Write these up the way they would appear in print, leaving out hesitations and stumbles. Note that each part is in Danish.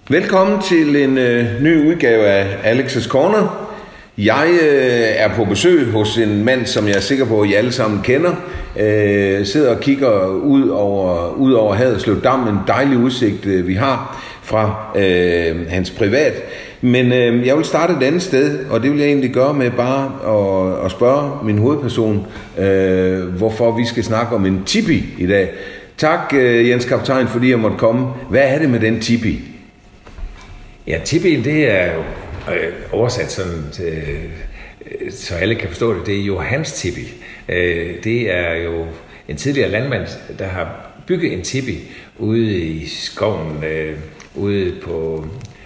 Velkommen til en ny udgave af Alex's Corner. Jeg er på besøg hos en mand, som jeg er sikker på, at I alle sammen kender. Sidder og kigger ud over Haderslev Dam, en dejlig udsigt, vi har fra hans privat. Men jeg vil starte et andet sted, og det vil jeg egentlig gøre med bare at spørge min hovedperson, hvorfor vi skal snakke om en tipi i dag. Tak, Jens Kaptajn, fordi jeg måtte komme. Hvad er det med den tipi? Ja, tipien, det er jo oversat sådan, så alle kan forstå det. Det er Johans tipi. Det er jo en tidligere landmand, der har bygget en tipi ude i skoven, ude på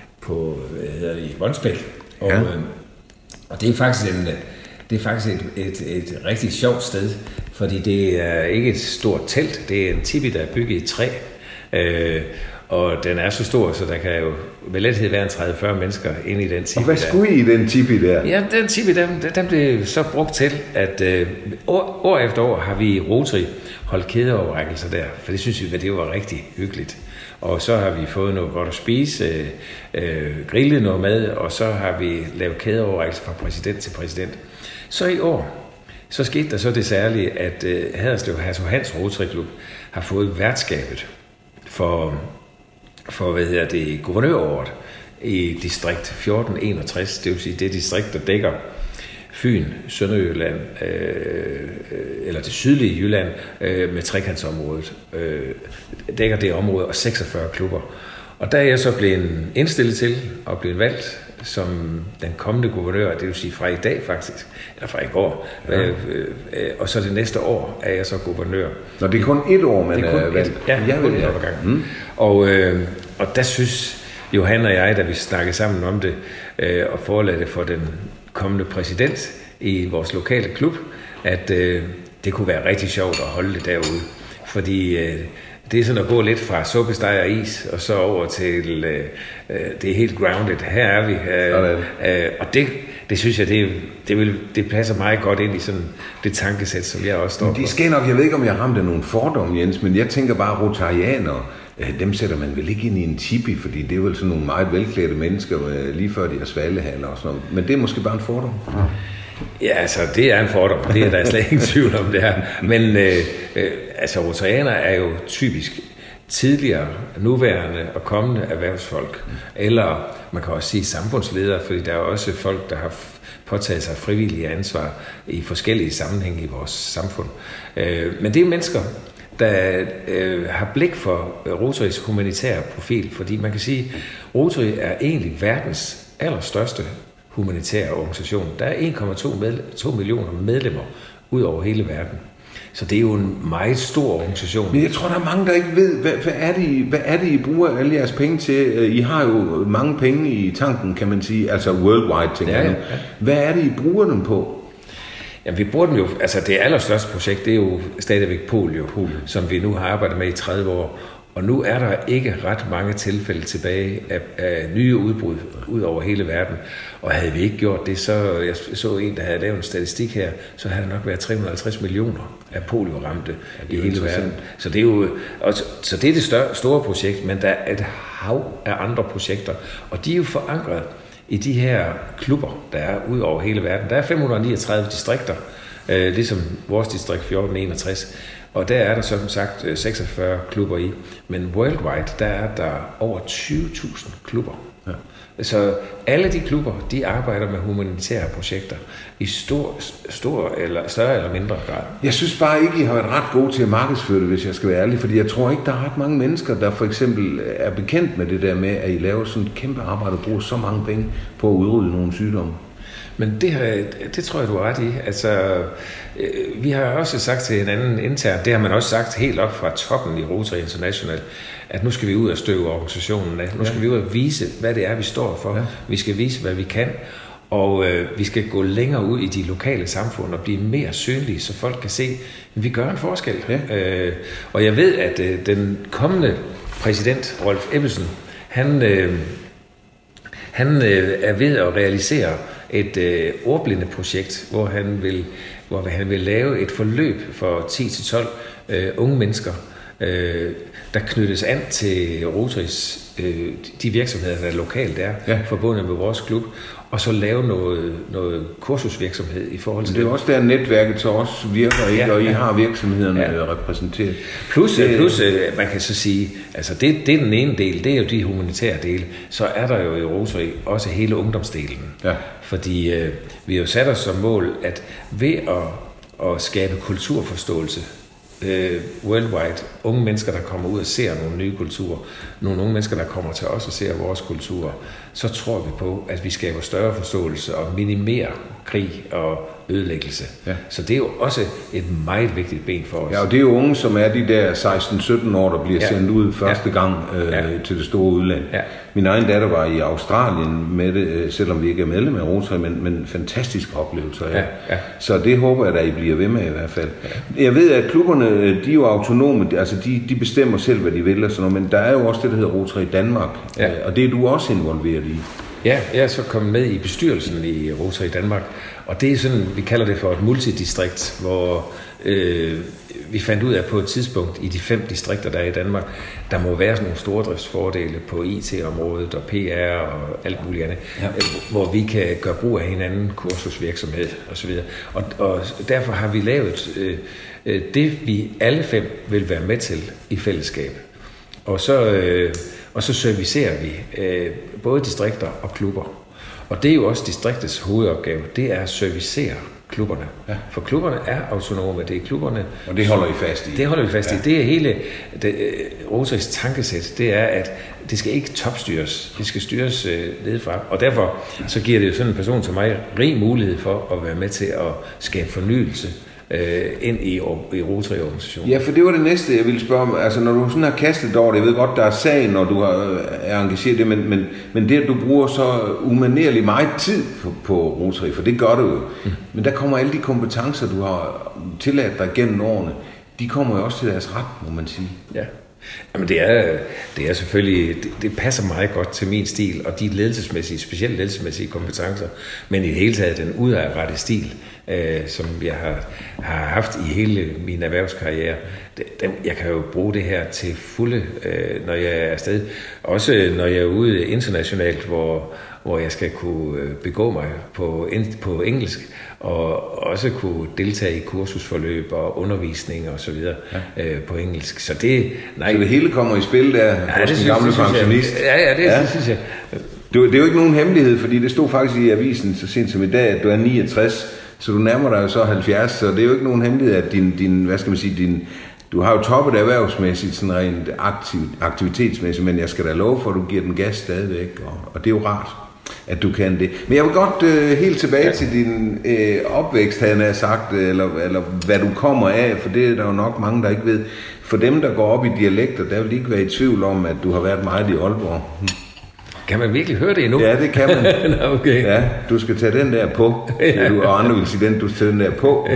i Vonsbæk. Ja. Og det er faktisk et rigtig sjovt sted, fordi det er ikke et stort telt. Det er en tipi, der er bygget i træ. Og den er så stor, så der kan jo med lethed være en 30-40 mennesker inde i den tipi. Og hvad skulle I i den tipi der? Ja, den tipi, den blev så brugt til, at år efter år har vi i Rotary holdt kædeoverrækkelser der, for det synes vi, det var rigtig hyggeligt. Og så har vi fået noget godt at spise, grillet noget mad, og så har vi lavet kædeoverrækkelser fra præsident til præsident. Så i år, så skete der så det særlige, at Haderslev Hans Rotary Klub har fået værtskabet for guvernøråret i distrikt 1461, det vil sige det distrikt, der dækker Fyn, Sønderjylland, eller det sydlige Jylland med trekantsområdet, dækker det område og 46 klubber. Og der er jeg så blevet indstillet til og blevet valgt som den kommende guvernør, det vil sige fra i dag faktisk, eller fra i går, og så det næste år er jeg så guvernør. Nå, det er kun et år, man er valgt? Ja, kun et år gang. Og der synes Johan og jeg, da vi snakkede sammen om det, og forelagde det for den kommende præsident i vores lokale klub, at det kunne være rigtig sjovt at holde det derude. Fordi det er sådan at gå lidt fra suppesteg og is, og så over til det er helt grounded. Her er vi. Og det synes jeg, det passer meget godt ind i sådan det tankesæt, som jeg også står for. Det skal nok, jeg ved ikke, om jeg ramte nogle fordomme, Jens, men jeg tænker bare, rotarianere, dem sætter man vel ikke ind i en tipi, fordi det er vel sådan nogle meget velklædte mennesker, lige før de har svalehaler og sådan noget. Men det er måske bare en fordom. Ja, altså, det er en fordom. Det er der slet ingen tvivl om det her. Men rotarianer er jo typisk tidligere, nuværende og kommende erhvervsfolk. Eller man kan også sige samfundsledere, fordi der er også folk, der har påtaget sig frivillige ansvar i forskellige sammenhænge i vores samfund. Men det er mennesker, der har blik for Rotarys humanitære profil, fordi man kan sige, at Rotary er egentlig verdens allerstørste humanitære organisation. Der er 1,2 millioner medlemmer ud over hele verden. Så det er jo en meget stor organisation. Men jeg tror, der er mange, der ikke ved, hvad er det, I bruger alle jeres penge til? I har jo mange penge i tanken, kan man sige, altså worldwide, tænker jeg. Ja. Hvad er det, I bruger dem på? Jamen, vi bruger dem jo, altså det allerstørste projekt, det er jo stadigvæk polio, som vi nu har arbejdet med i 30 år. Og nu er der ikke ret mange tilfælde tilbage af nye udbrud ud over hele verden. Og havde vi ikke gjort det, jeg så en, der havde lavet en statistik her, så havde der nok været 350 millioner af polioramte i hele verden. Så det er jo så det er det store projekt, men der er et hav af andre projekter, og de er jo forankret i de her klubber, der er ud over hele verden. Der er 539 distrikter, ligesom vores distrikt 1461. Og der er der som sagt 46 klubber i. Men worldwide, der er der over 20.000 klubber. Ja. Så alle de klubber, de arbejder med humanitære projekter i stor eller større eller mindre grad. Jeg synes bare ikke, I har været ret gode til at markedsføre det, hvis jeg skal være ærlig. Fordi jeg tror ikke, der er ret mange mennesker, der for eksempel er bekendt med det der med, at I laver sådan et kæmpe arbejde og bruger så mange penge på at udrydde nogle sygdomme. Men det tror jeg, du har ret i. Altså, vi har også sagt til hinanden internt, det har man også sagt helt op fra toppen i Rotary International, at nu skal vi ud og støve organisationen af. Nu skal vi ud og vise, hvad det er, vi står for. Ja. Vi skal vise, hvad vi kan. Og vi skal gå længere ud i de lokale samfund og blive mere synlige, så folk kan se, at vi gør en forskel. Ja. Og jeg ved, at den kommende præsident, Rolf Ebbesen, han er ved at realisere et ordblindeprojekt, hvor han vil lave et forløb for 10-12 unge mennesker, der knyttes an til Rotaries, de virksomheder, der lokalt er, forbundet med vores klub, og så lave noget kursusvirksomhed i forhold til det. Det er også der netværket så også virker, ikke? Og I har virksomhederne repræsenteret. Plus, man kan så sige, altså det er den ene del, det er jo de humanitære dele. Så er der jo i Rotary også hele ungdomsdelen. Ja. Fordi vi har jo sat os som mål, at ved at skabe kulturforståelse, worldwide, unge mennesker, der kommer ud og ser nogle nye kulturer, nogle unge mennesker, der kommer til os og ser vores kultur, så tror vi på, at vi skaber større forståelse og minimerer krig og ødelæggelse. Ja. Så det er jo også et meget vigtigt ben for os. Ja, og det er jo unge, som er de der 16-17 år, der bliver sendt ud første gang til det store udland. Ja. Min egen datter var i Australien med det, selvom vi ikke er medlem af Rotary, men fantastiske oplevelser. Ja. Ja. Så det håber jeg, at I bliver ved med i hvert fald. Ja. Jeg ved, at klubberne, de er jo autonome, altså de bestemmer selv, hvad de vil og sådan noget, men der er jo også det, der hedder Rotary Danmark, og det er du også involveret i. Ja, jeg er så kommet med i bestyrelsen i Rotary Danmark, og det er sådan, vi kalder det for et multidistrikt, hvor vi fandt ud af på et tidspunkt i de 5 distrikter, der er i Danmark, der må være sådan nogle stordriftsfordele på IT-området og PR og alt muligt andet, hvor vi kan gøre brug af hinanden, kursusvirksomhed osv. Og derfor har vi lavet det, vi alle 5 vil være med til i fællesskab. Og så servicerer vi både distrikter og klubber. Og det er jo også distriktets hovedopgave, det er at servicere klubberne. Ja. For klubberne er autonome, det er klubberne... Og det holder I fast i? Det holder vi fast i. Det er hele Rotarys tankesæt, det er, at det skal ikke topstyres, det skal styres nedefra. Og derfor så giver det jo sådan en person som mig rig mulighed for at være med til at skabe fornyelse ind i Rotary-organisationen. Ja, for det var det næste, jeg ville spørge om. Altså, når du sådan har kastet over det, jeg ved godt, der er sag, når du er engageret det, men det, at du bruger så umanerligt meget tid på Rotary, for det gør du jo. Men der kommer alle de kompetencer, du har tilladt dig gennem årene, de kommer jo også til deres ret, må man sige. Ja. Jamen det er selvfølgelig, det passer meget godt til min stil, og de ledelsesmæssige, specielt ledelsesmæssige kompetencer, men i det hele taget den udadrettede stil, som jeg har haft i hele min erhvervskarriere. Jeg kan jo bruge det her til fulde, når jeg er afsted. Også når jeg er ude internationalt, hvor jeg skal kunne begå mig på engelsk, og også kunne deltage i kursusforløb og undervisning og så videre på engelsk. Så det hele kommer i spil der hos den gamle pensionist? Det synes jeg. Det er jo ikke nogen hemmelighed, fordi det stod faktisk i avisen så sent som i dag, at du er 69, så du nærmer dig jo så 70, så det er jo ikke nogen hemmelighed, at din hvad skal man sige, du har jo toppet erhvervsmæssigt, sådan rent aktivitetsmæssigt, men jeg skal da love for, at du giver den gas stadigvæk, og det er jo rart, at du kan det. Men jeg vil godt helt tilbage til din opvækst, havde jeg sagt, eller hvad du kommer af, for det er der jo nok mange, der ikke ved. For dem, der går op i dialekter, der vil ikke være i tvivl om, at du har været meget i Aalborg. Kan man virkelig høre det endnu? Ja, det kan man. Okay. Ja, du skal tage den der på. Og andre vil sige, du skal tage den der på.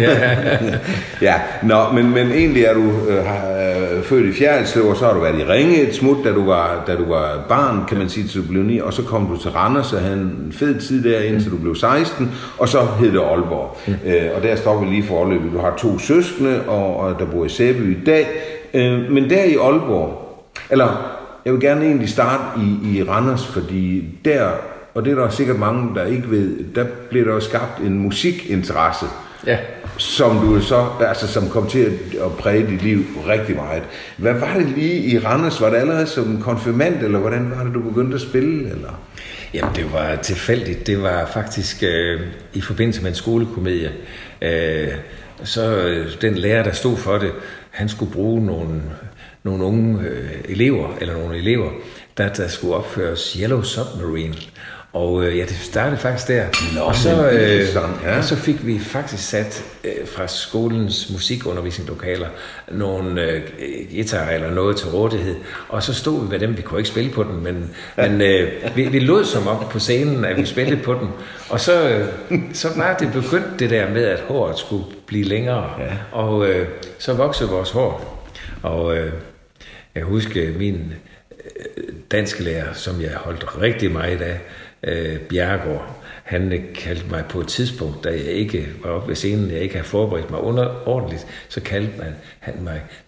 Ja, men egentlig er du født i Fjerritslev, og så har du været i Ringe et smut, da du var barn, kan man sige, til du blev 9, og så kom du til Randers og havde en fed tid der, indtil du blev 16, og så hed det Aalborg. Og der står vi lige for forløbet. Du har 2 søskende, og der bor i Sæby i dag. Men der i Aalborg, eller... Jeg vil gerne egentlig starte i Randers, fordi der, og det er der sikkert mange, der ikke ved, der blev der jo skabt en musikinteresse, som du så, altså som kom til at præge dit liv rigtig meget. Hvad var det lige i Randers? Var det allerede som konfirmand, eller hvordan var det, du begyndte at spille? Eller? Jamen, det var tilfældigt. Det var faktisk i forbindelse med en skolekomedie. Så den lærer, der stod for det, han skulle bruge nogle unge elever, der skulle opføres Yellow Submarine. Og det startede faktisk der. Og så fik vi faktisk sat fra skolens musikundervisningslokaler nogle guitarer eller noget til rådighed. Og så stod vi med dem. Vi kunne ikke spille på den, men vi lod som op på scenen, at vi spillede på den. Og så var det begyndt det der med, at håret skulle blive længere. Ja. Og så voksede vores hår. Og jeg husker min dansklærer, som jeg holdt rigtig meget af, Bjerregaard, han kaldte mig på et tidspunkt, da jeg ikke var oppe ved scenen, jeg ikke havde forberedt mig ordentligt, så kaldte han mig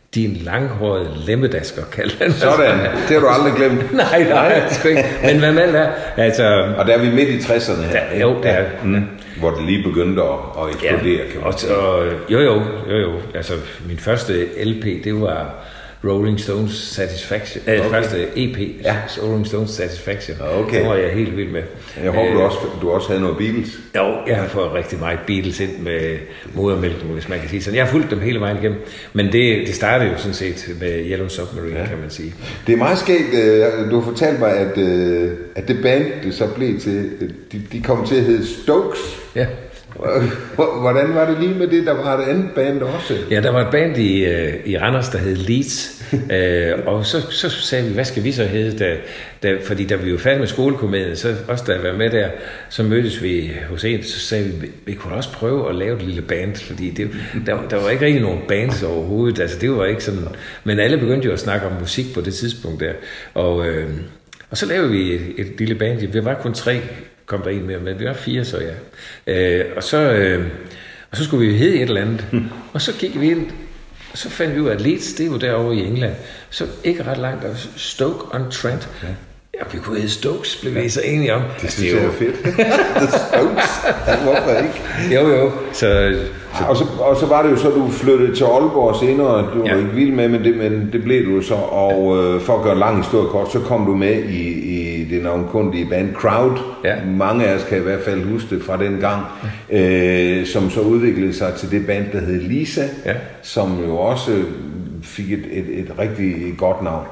din langhårede lemmedasker, kaldte han. Sådan, det har du aldrig glemt. Nej, sgu ikke. Men hvad med det? Altså, og der er vi midt i 60'erne her. Jo, det er. Hvor det lige begyndte at eksplodere, kan man sige. Jo. Altså, min første LP, det var Rolling Stones Satisfaction. Første EP, Rolling Stones Satisfaction. Okay. Det var jeg helt vild med. Jeg håber, du også havde noget Beatles. Jo, jeg har fået rigtig meget Beatles ind med modermælken, hvis man kan sige sådan. Jeg har fulgt dem hele vejen igennem, men det startede jo sådan set med Yellow Submarine, kan man sige. Det er meget skægt. Du fortalte mig, at det band, det så blev til, de kom til at hedde Stokes. Ja. Hvordan var det lige med det? Der var et andet band også. Ja, der var et band i Randers, der hed Leeds. Og så sagde vi, hvad skal vi så hedde? Fordi da vi var færdige med skolekomedien, så også da jeg var med der, så mødtes vi hos en, så sagde vi kunne også prøve at lave et lille band, fordi der var ikke rigtig nogen bands overhovedet. Altså det var ikke sådan, men alle begyndte jo at snakke om musik på det tidspunkt der. Og så lavede vi et lille band. Vi var kun 3, kom der en mere, men vi var 4, så ja. Og så skulle vi hedde et eller andet. Og så gik vi ind, og så fandt vi ud af, at Leeds, det er jo derovre i England. Så ikke ret langt, og Stoke-on-Trent. Ja, vi kunne hedde Stokes, blev vi så enige om. Det synes jeg er fedt. The Stokes. Hvorfor ikke? Jo. Og så var det jo så, du flyttede til Aalborg senere, du var ikke vild med, men det blev du så. Og for at gøre en lang historie kort, så kom du med i det navnkundige band Crowd. Ja. Mange af os kan i hvert fald huske det fra den gang, som så udviklede sig til det band, der hed Lisa, som jo også fik et rigtig godt navn.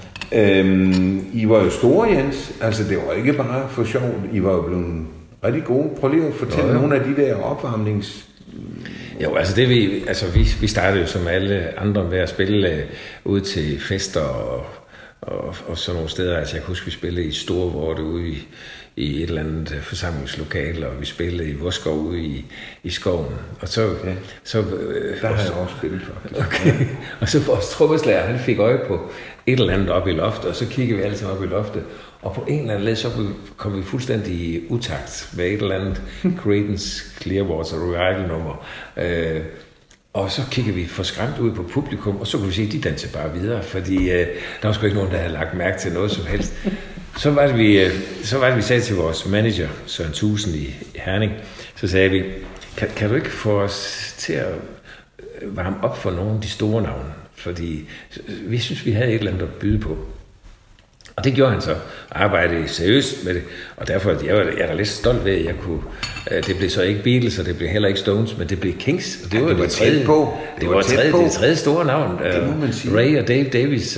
I var jo store, Jens. Altså, det var ikke bare for sjovt. I var jo blevet rigtig gode. Prøv lige at fortælle nogle af de der opvarmnings... Jo, altså vi startede jo som alle andre med at spille ud til fester og sådan nogle steder. Altså, jeg kan huske, vi spillede i Storvorte ude i et eller andet forsamlingslokale, og vi spillede i Voskov ude i skoven. Og så der har jeg også spillet, faktisk. Okay. Og så vores trommeslager, han fik øje på et eller andet op i loftet, og så kiggede vi alle sammen op i loftet. Og på en eller anden led, så kom vi fuldstændig i utakt med et eller andet Creedence Clearwater Revival-nummer. Og så kiggede vi forskræmt ud på publikum, og så kunne vi se, at de dansede bare videre, fordi der var sgu ikke nogen, der havde lagt mærke til noget som helst. Så var det, vi sagde til vores manager, Søren Thusen i Herning, så sagde vi, kan du ikke få os til at varme op for nogle af de store navne? Fordi vi synes, vi havde et eller andet at byde på. Og det gjorde han så, arbejdede seriøst med det, og derfor jeg er da lidt stolt ved, at jeg kunne, det blev så ikke Beatles, og det blev heller ikke Stones, men det blev Kings, og det var det tredje, det var det tredje store navn, Ray og Dave Davis.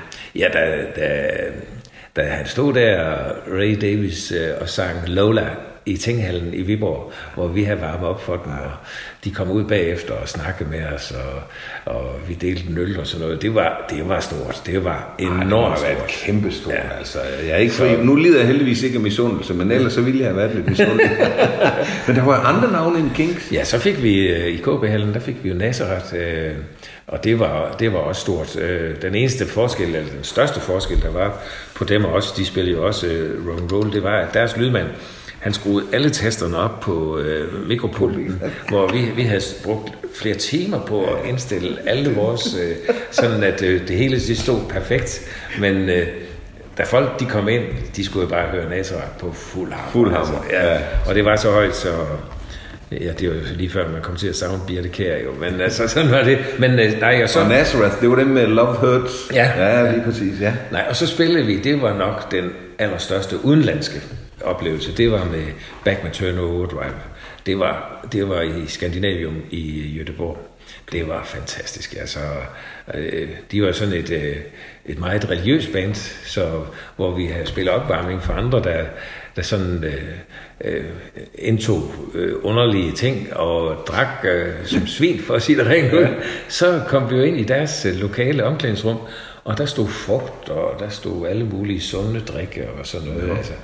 Da han stod der, Ray Davis, og sang Lola i Tinghallen i Viborg, hvor vi havde varmet op for dem, og de kom ud bagefter og snakkede med os, og vi delte en øl og sådan noget. Det var stort. Det var enormt stort. Det var kæmpe stort, altså. Jeg er ikke nu lider jeg heldigvis ikke af misundelse, men ellers så ville jeg have været lidt misundelig. Men der var andre navne end Kings. Ja, så fik vi i KB-hallen, der fik vi jo Nazareth, og det var også stort. Den eneste forskel, eller den største forskel, der var på dem og os, de spillede jo også rock and roll, det var, at deres lydmand, han skruede alle tasterne op på mikropulten, hvor vi havde brugt flere timer på at indstille alle vores, sådan at det hele det stod perfekt. Men da folk de kom ind, de skulle jo bare høre Nazareth på fuld hammer. Altså, ja. Og det var så højt, så... Ja, det var jo lige før, man kom til at savne Birte Kjær jo, men altså, sådan var det. Men nej, og så... Og Nazareth, det var dem med Love Hurts. Ja, lige præcis, ja. Nej, og så spillede vi, det var nok den allerstørste udenlandske oplevelse. Det var med Bachman Turner Overdrive. Det var i Skandinavium i Göteborg. Det var fantastisk. Altså, de var sådan et meget religiøst band, så, hvor vi havde spillet opvarmning for andre, der sådan indtog underlige ting og drak som svin, for at sige det rent ud. Så kom vi jo ind i deres lokale omklædningsrum, og der stod frugt, og der stod alle mulige sunde drikke og sådan noget. Ja. Altså.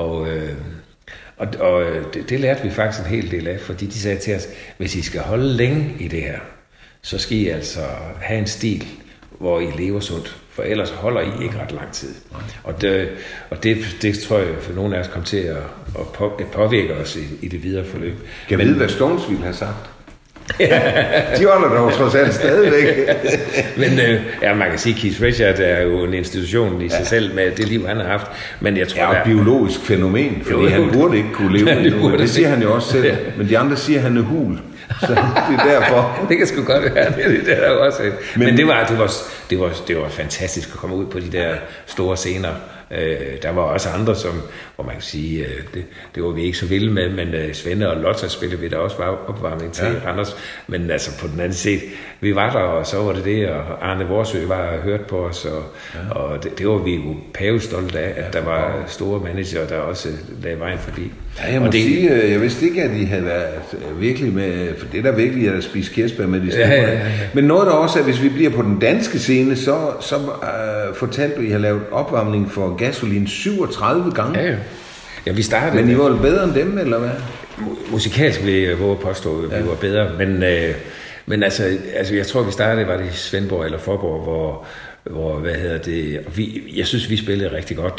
Og det lærte vi faktisk en hel del af, fordi de sagde til os, hvis I skal holde længe i det her, så skal I altså have en stil, hvor I lever sundt, for ellers holder I ikke ret lang tid. Og det tror jeg, for nogle af os kom til at påvirke os i det videre forløb. Kan jeg vide, hvad Stones ville have sagt? De holder dog trods alt stadigvæk. Men man kan sige, at Keith Richards er jo en institution i sig selv med det liv, han har haft. Men jeg tror, det er et biologisk fænomen, fordi han burde ikke kunne leve endnu. Det siger han jo også selv. Men de andre siger, at han er hul. Så det er derfor. Det kan sgu godt være, det er der også. Men det var fantastisk at komme ud på de der store scener. Der var også andre, hvor man kan sige, det var vi ikke så vilde med, men Svende og Lotta spillede vi der også var opvarmning til Randers. Men altså på den anden side, vi var der, og så var det, og Arne Vorsø var hørt på os, og det var vi jo pavestolte af, at der var store manager, der også lagde vejen forbi. Ja, jeg må sige, jeg vidste ikke, at de havde været virkelig med, for det er der virkelig at spise kirsebær med de stemmer. Ja. Men noget der også er, hvis vi bliver på den danske scene, så fortalte du, at I har lavet opvarmning for Gasolin 37 gange. Ja, vi startede. Men I var jo bedre end dem, eller hvad? Musikalsk vil jeg våge påstå, at vi var bedre. Men altså, jeg tror, vi startede, var det i Svendborg eller Forborg, hvor jeg synes, vi spillede rigtig godt,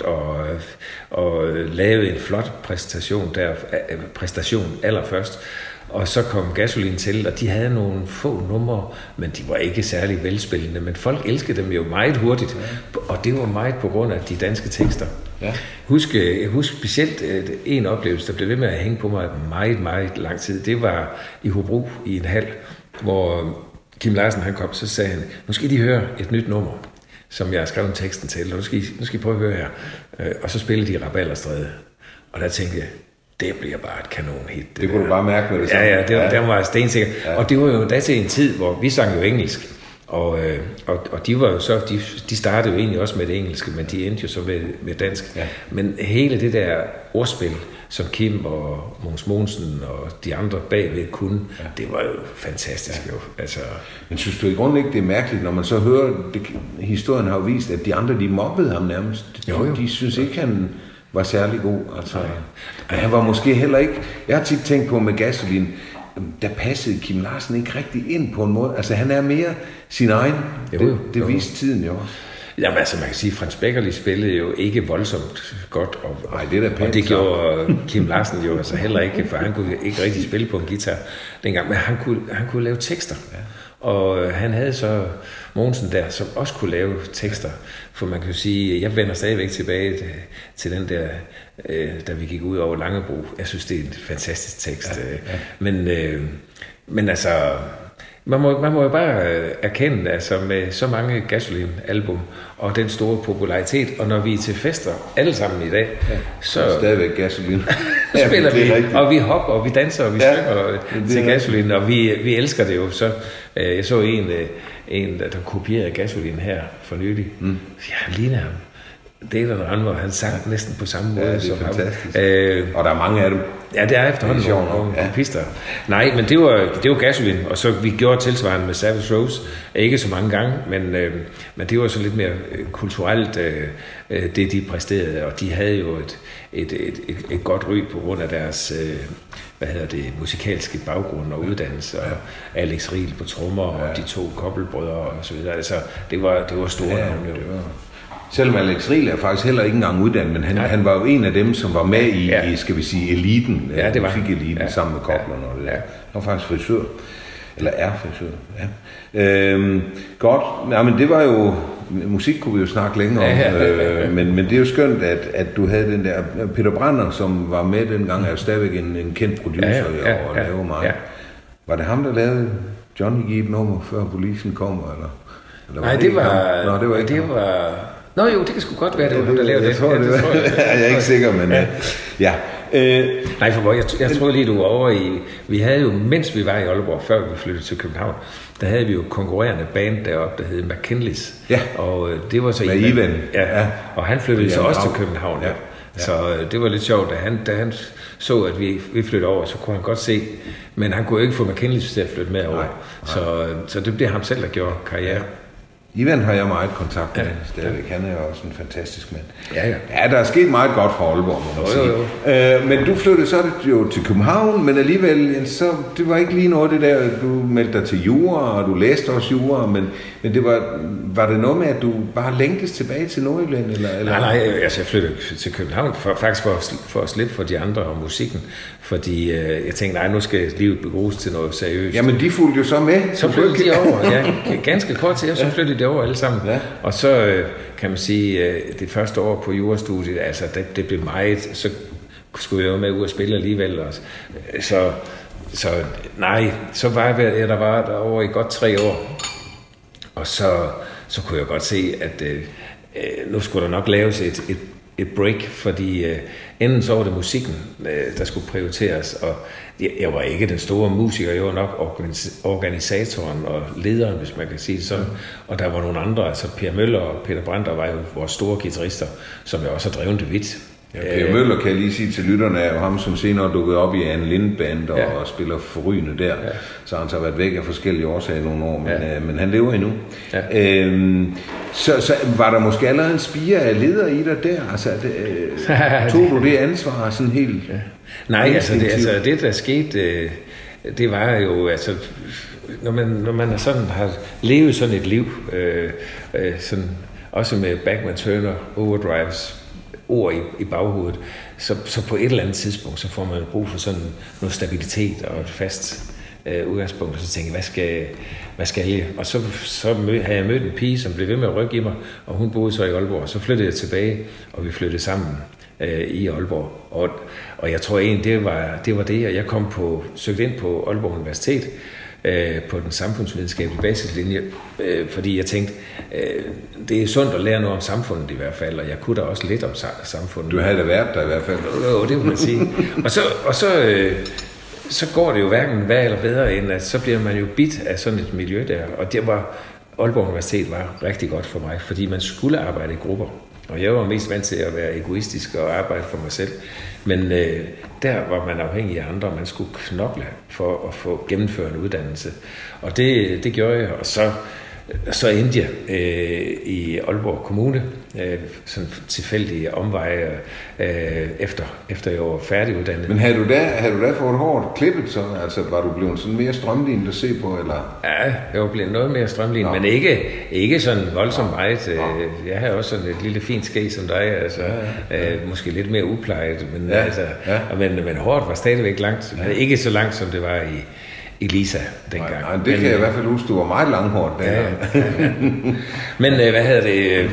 og lavede en flot præstation allerførst. Og så kom Gasolin til, og de havde nogle få numre, men de var ikke særlig velspillende. Men folk elskede dem jo meget hurtigt, og det var meget på grund af de danske tekster. Ja. Jeg husker specielt en oplevelse, der blev ved med at hænge på mig meget, meget lang tid. Det var i Hobro i en hal, hvor Kim Larsen han kom, så sagde han, nu skal I høre et nyt nummer, som jeg har skrevet teksten til, og nu skal I prøve at høre her. Og så spillede de Rabalderstræde, og der tænkte jeg, det bliver bare et kanonhit. Det kunne du bare mærke med det samme. Ja, det var stensikker. Ja. Og det var jo da til en tid, hvor vi sang jo engelsk. Og de var jo så, de startede jo egentlig også med det engelske, men de endte jo så med dansk. Ja. Men hele det der ordspil, som Kim og Mogens Mogensen og de andre bagved kunne, det var jo fantastisk. Ja. Jo. Altså, men synes du i grunden ikke, det er mærkeligt, når man så hører, historien har jo vist, at de andre, de mobbede ham nærmest. Jo. De synes ikke, han var særlig god. Altså. Men han var måske heller ikke. Jeg har tit tænkt på med Gasolin, der passede Kim Larsen ikke rigtig ind på en måde. Altså han er mere sin egen. Det viste tiden jo også. Jamen altså man kan sige, at Frans Beckerli spillede jo ikke voldsomt godt. Nej, det er da pænt. Og det gjorde Kim Larsen jo altså heller ikke, for han kunne ikke rigtig spille på en guitar dengang. Men han kunne lave tekster. Ja. Og han havde så Mogensen der, som også kunne lave tekster. For man kan jo sige, jeg vender stadigvæk tilbage til den der, da vi gik ud over Langebro. Jeg synes, det er en fantastisk tekst. Ja. Men altså, man må jo bare erkende, altså med så mange Gasolin-album og den store popularitet, og når vi er til fester alle sammen i dag, så stadigvæk Gasolin. spiller vi, og vi hopper, og vi danser, og vi synger til Gasolin, og vi elsker det jo. Så jeg så en der kopierede Gasolin her for nylig. Ja, ligner ham. Det er der andre, hvor han sang næsten på samme måde som ham. Og der er mange af dem. Ja, det er efterhånden nogle kopister. Nej, men det var Gasolin, og så vi gjorde tilsvarende med Savage Rose. Ikke så mange gange, men det var så lidt mere kulturelt, det de præsterede, og de havde jo et godt ry på grund af deres musikalske baggrund og uddannelse, og Alex Riel på trommer, og de 2 kobbelbrødre og så videre. Altså, det var store navne. Selvom Alex Riel er faktisk heller ikke engang uddannet, men han var jo en af dem, som var med i skal vi sige, eliten, musikeliten, sammen med koblerne og det der. Han var faktisk frisør, eller er frisør, godt, men det var jo, musik kunne vi jo snakke længere om, men det er jo skønt, at du havde den der, Peter Brander, som var med dengang, er jo stadigvæk en kendt producer og laver meget. Var det ham, der lavede Johnny Gibb nummer, før Polisen kommer, eller nej, det var ikke ham. Nå jo, det kan sgu godt være, det var ham, der lavede det. Jeg er ikke sikker, men nej, for jeg tror lige, du var over i. Vi havde jo, mens vi var i Aalborg, før vi flyttede til København, der havde vi jo konkurrerende band deroppe, der hed McKinleys. Ja. Og det var så med Ivan. Ja. Og han flyttede så også til København. Ja. Så det var lidt sjovt, da han så, at vi flyttede over, så kunne han godt se, men han kunne ikke få McKinleys til at flytte med over. Nej. Så det blev ham selv, der gjorde karriere. Ivan har jeg meget kontakt med, stadigvæk. Han er jo også en fantastisk mand. Ja, der er sket meget godt for Aalborg, må man sige. Men du flyttede så jo til København, men alligevel, så det var ikke lige noget det der, du meldte dig til jura, og du læste også jura, men det var det noget med, at du bare længtes tilbage til Nordjylland? Eller? Nej, altså jeg flyttede til København faktisk for at slippe for de andre og musikken, fordi jeg tænkte, nej, nu skal livet begrues til noget seriøst. Jamen, de fulgte jo så med. Så flyttede de over, ja, ganske kort til, så flyttede de over alle sammen. Ja. Og så kan man sige, det første år på jurastudiet, altså det blev meget, så skulle jeg jo med ud og spille alligevel. Og, så nej, så var jeg derovre i godt 3 år. Og så kunne jeg godt se, at nu skulle der nok laves et break, fordi enten så var det musikken, der skulle prioriteres, og jeg var ikke den store musiker, jeg var nok organisatoren og lederen, hvis man kan sige det sådan, og der var nogle andre, altså Per Møller og Peter Brandt, der var jo vores store guitarister, som jeg også har drevet det vidt. Ja, Per Møller, kan jeg lige sige til lytterne, er jo ham, som senere dukkede op i Anne Lind Band og spiller forrygende der. Ja. Så han har været væk af forskellige årsager i nogle år, men han lever endnu. Ja. Så var der måske allerede en spire af leder i dig der? Altså, tog du det ansvar sådan helt? Ja. Nej, altså det der skete, det var jo, altså, når man sådan har levet sådan et liv, sådan, også med Bachman Turner Overdrives, ord i baghovedet, så på et eller andet tidspunkt, så får man brug for sådan noget stabilitet og et fast udgangspunkt, og så tænkte jeg, hvad skal jeg? Og så havde jeg mødt en pige, som blev ved med at rykke i mig, og hun boede så i Aalborg, og så flyttede jeg tilbage, og vi flyttede sammen i Aalborg. Og jeg tror egentlig, det var det, og jeg søgte ind på Aalborg Universitet, på den samfundsvidenskabelige basislinje, fordi jeg tænkte, det er sundt at lære noget om samfundet i hvert fald, og jeg kunne da også lidt om samfundet. Du havde da været der i hvert fald. Jo, det må man sige. Og så går det jo hverken værre eller bedre, end at så bliver man jo bidt af sådan et miljø der, og det var Aalborg Universitet var rigtig godt for mig, fordi man skulle arbejde i grupper. Og jeg var mest vant til at være egoistisk og arbejde for mig selv. Men der var man afhængig af andre, og man skulle knokle for at få gennemført en uddannelse. Og det gjorde jeg, og så endte jeg i Aalborg Kommune, sådan tilfældige omveje, efter jeg var færdiguddannet. Men havde du da fået hårdt klippet så? Altså var du blevet sådan mere strømlignet at se på, eller? Ja, jeg var blevet noget mere strømlignet, men ikke sådan voldsomt meget. Jeg havde også sådan et lille fint ske som dig, altså måske lidt mere uplejet, men hårdt var stadigvæk langt, men ikke så langt som det var i Lisa dengang. Nej, det kan jeg i hvert fald huske, du var meget langhårdt dengang. Ja. Men hvad hedder det,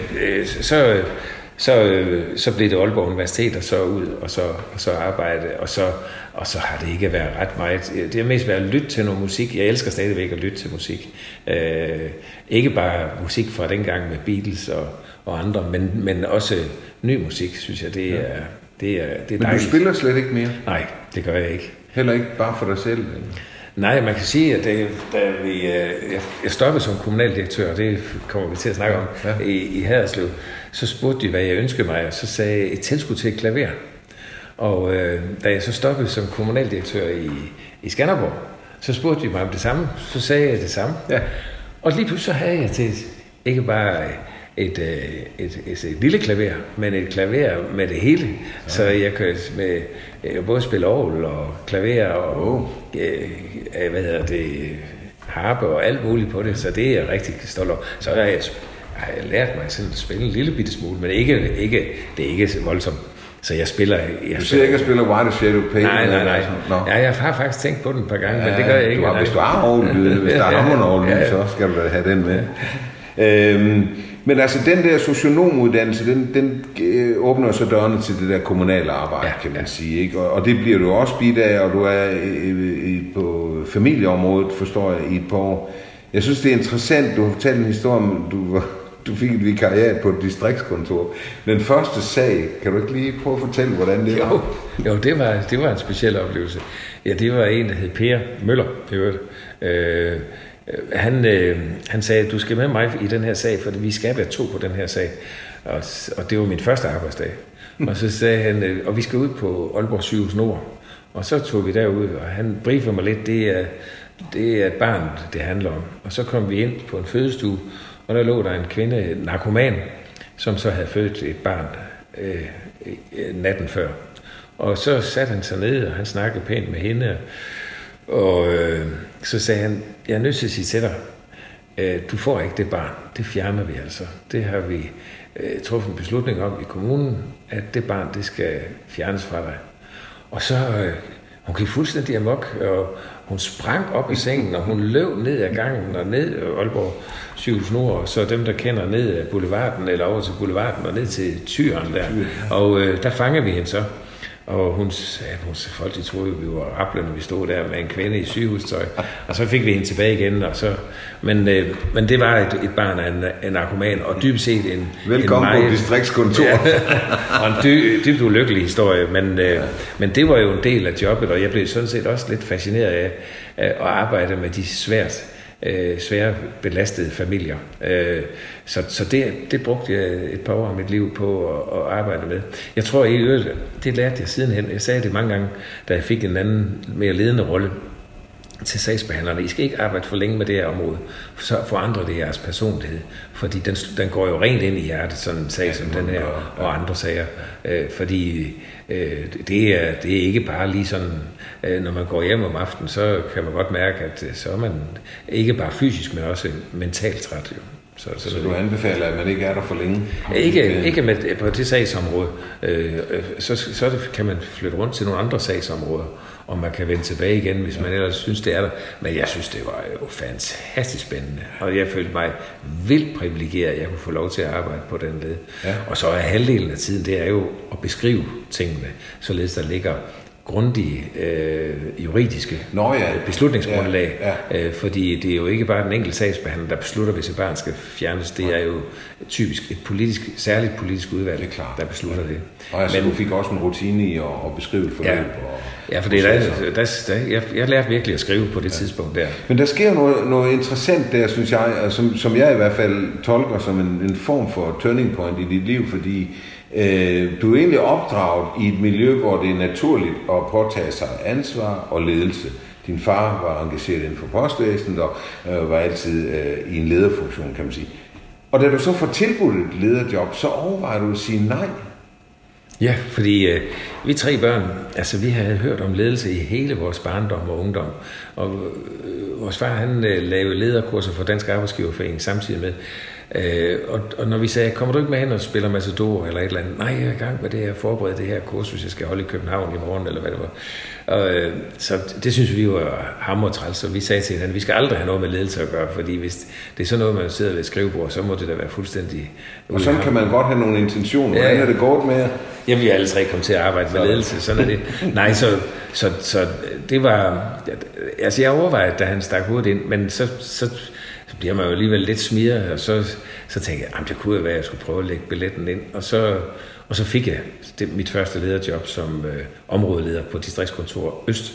så blev det Aalborg Universitet, og så ud, og så arbejde, og så har det ikke været ret meget. Det har mest været at lytte til noget musik. Jeg elsker stadigvæk at lytte til musik. Ikke bare musik fra dengang med Beatles og andre, men også ny musik, synes jeg, det er dejligt. Men du spiller slet ikke mere? Nej, det gør jeg ikke. Heller ikke bare for dig selv? Nej, man kan sige, at jeg stoppede som kommunaldirektør, og det kommer vi til at snakke om i Haderslev. Så spurgte de, hvad jeg ønskede mig, og så sagde jeg et tilskud til et klaver. Og da jeg så stoppede som kommunaldirektør i Skanderborg, så spurgte de mig om det samme. Så sagde jeg det samme. Ja. Og lige pludselig så havde jeg til ikke bare et lille klaver, men et klaver med det hele. Ja. Så jeg kan både spille orgel og klaver og harpe og alt muligt på det, så det er jeg rigtig stolt over. Så har jeg lært mig selv at spille en lille bitte smule, men det er ikke så voldsomt. Så jeg spiller... Du siger ikke at spille White Shadow Pain? Nej. Ja, jeg har faktisk tænkt på den et par gange, men det gør jeg ikke. Hvis du har orgellyde, hvis der er hammerne så skal du da have den med. Men altså, den der socionomuddannelse, den åbner så dørene til det der kommunale arbejde, kan man sige, ikke? Og det bliver du også bidt af, og du er på familieområdet, forstår jeg, i et par år. Jeg synes, det er interessant, du har fortalt en historie om, du fik et vikariat på et distriktskontor. Den første sag, kan du ikke lige prøve at fortælle, hvordan det var? Jo, det var en speciel oplevelse. Ja, det var en, der hed Per Møller, i øvrigt. Han sagde, du skal med mig i den her sag, for vi skal være 2 på den her sag. Og det var min første arbejdsdag. Og så sagde han, og vi skal ud på Aalborg Sygehus Nord. Og så tog vi derud, og han briefede mig lidt, det er et barn, det handler om. Og så kom vi ind på en fødestue, og der lå der en kvinde, narkoman, som så havde født et barn natten før. Og så satte han sig ned, og han snakkede pænt med hende, og så sagde han, jeg er nødt til at sige til dig, du får ikke det barn, det fjerner vi altså. Det har vi truffet en beslutning om i kommunen, at det barn, det skal fjernes fra dig. Og så, hun gik fuldstændig amok, og hun sprang op i sengen, og hun løb ned ad gangen og ned Aalborg Sygehus Nord, og så dem, der kender ned ad boulevarden, eller over til boulevarden og ned til Tyren der. Og der fangede vi hende så. Og hun sagde, folk de troede, vi var rablende, vi stod der med en kvinde i sygehustøj. Og så fik vi hende tilbage igen. Og så, men det var et barn af en narkoman, og dybest set en... Velkommen på distriktskontor. Ja, og en dybt ulykkelig historie. Men det var jo en del af jobbet, og jeg blev sådan set også lidt fascineret af at arbejde med de svære belastede familier. Så det brugte jeg et par år af mit liv på at arbejde med. Jeg tror i øvrigt, det lærte jeg sidenhen. Jeg sagde det mange gange, da jeg fik en anden mere ledende rolle til sagsbehandlerne. I skal ikke arbejde for længe med det her område, så forandrer det jeres personlighed. Fordi den går jo rent ind i hjertet, sådan en sag som den her, og andre sager. Fordi det er ikke bare lige sådan, når man går hjem om aftenen, så kan man godt mærke, at så er man ikke bare fysisk, men også mentalt træt. Jo. Så du anbefaler, at man ikke er der for længe? Ikke på det sagsområde. Så kan man flytte rundt til nogle andre sagsområder, og man kan vende tilbage igen, hvis man ellers synes, det er der. Men jeg synes, det var jo fantastisk spændende, og jeg følte mig vildt privilegeret, at jeg kunne få lov til at arbejde på den led. Ja. Og så er halvdelen af tiden, det er jo at beskrive tingene, således der ligger grundige juridiske beslutningsgrundlag, fordi det er jo ikke bare den enkelte sagsbehandler, der beslutter, hvis et barn skal fjernes. Det er jo typisk et særligt politisk udvalg, der beslutter det. Og altså, du fik også en rutine i at beskrive et forløb. Ja, for jeg lærte virkelig at skrive på det tidspunkt der. Men der sker noget interessant der, synes jeg, som jeg i hvert fald tolker som en form for turning point i dit liv, fordi du er egentlig opdraget i et miljø, hvor det er naturligt at påtage sig ansvar og ledelse. Din far var engageret inden for postvæsenet og var altid i en lederfunktion, kan man sige. Og da du så får tilbudt et lederjob, så overvejer du at sige nej. Ja, fordi vi 3 børn, altså vi havde hørt om ledelse i hele vores barndom og ungdom. Og vores far, han lavede lederkurser for Dansk Arbejdsgiverforening samtidig med. Og når vi sagde, kommer du ikke med hen og spiller Matador eller et eller andet? Nej, jeg er i gang med det her, forberede det her kursus, jeg skal holde i København i morgen, eller hvad det var. Og, så det synes vi var hammertræls, så vi sagde til hinanden, vi skal aldrig have noget med ledelse at gøre, fordi hvis det er sådan noget, man sidder ved et skrivebord, så må det da være fuldstændig... Og sådan kan man godt have nogle intentioner. Hvordan er det gået med jer? Jamen, vi er alle 3 kommet til at arbejde med ledelse, sådan er det. Nej, så det var... Altså, jeg overvejede, da han stak hovedet ind, men så bliver man jo alligevel lidt smiret, og så tænkte jeg, det kunne jo være, at jeg skulle prøve at lægge billetten ind. Og så fik jeg mit første lederjob som områdeleder på distriktskontor Øst